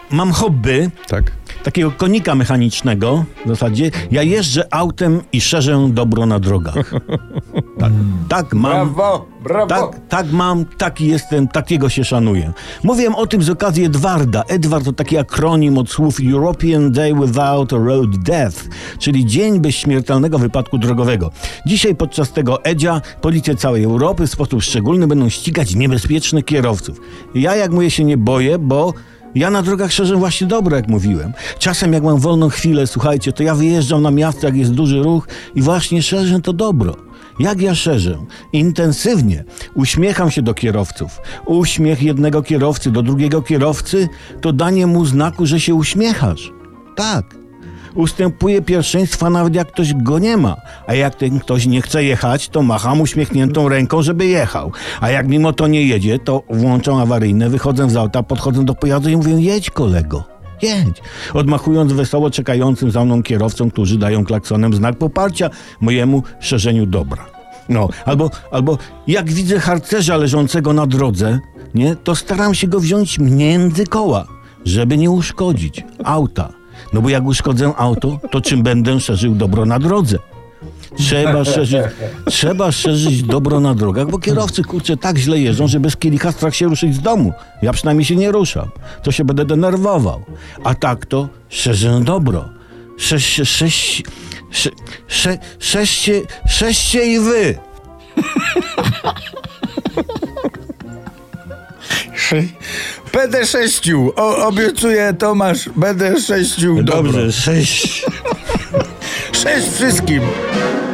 mam hobby. Tak. Takiego konika mechanicznego w zasadzie. Ja jeżdżę autem i szerzę dobro na drogach. Tak mam. Brawo. Tak mam, taki jestem, takiego się szanuję. Mówiłem o tym z okazji Edwarda. Edward to taki akronim od słów European Day Without a Road Death, czyli Dzień Bez Śmiertelnego Wypadku Drogowego. Dzisiaj podczas tego Edzia policja całej Europy w sposób szczególny będą ścigać niebezpiecznych kierowców. Ja, jak mówię, się nie boję, bo ja na drogach szerzę właśnie dobro, jak mówiłem. Czasem, jak mam wolną chwilę, słuchajcie, to ja wyjeżdżam na miasto, jak jest duży ruch i właśnie szerzę to dobro. Jak ja szerzę? Intensywnie. Uśmiecham się do kierowców. Uśmiech jednego kierowcy do drugiego kierowcy to danie mu znaku, że się uśmiechasz. Tak. Ustępuje pierwszeństwa nawet jak ktoś go nie ma. A jak ten ktoś nie chce jechać, to macham uśmiechniętą ręką, żeby jechał. A jak mimo to nie jedzie, to włączam awaryjne, wychodzę z auta, podchodzę do pojazdu i mówię: jedź, kolego. Jedź. Odmachując wesoło czekającym za mną kierowcom, którzy dają klaksonem znak poparcia mojemu szerzeniu dobra. No, albo jak widzę harcerza leżącego na drodze, nie, to staram się go wziąć między koła, żeby nie uszkodzić auta. No bo jak uszkodzę auto, to czym będę szerzył dobro na drodze? Trzeba szerzyć dobro na drogach, bo kierowcy, kurczę, tak źle jeżdżą, że bez kielicha strach się ruszyć z domu. Ja przynajmniej się nie ruszam. To się będę denerwował. A tak to szerzę dobro. Szeście i wy. Będę sześciu. Obiecuję, Tomasz, będę sześciu. Dobrze, sześć. Sześć wszystkim.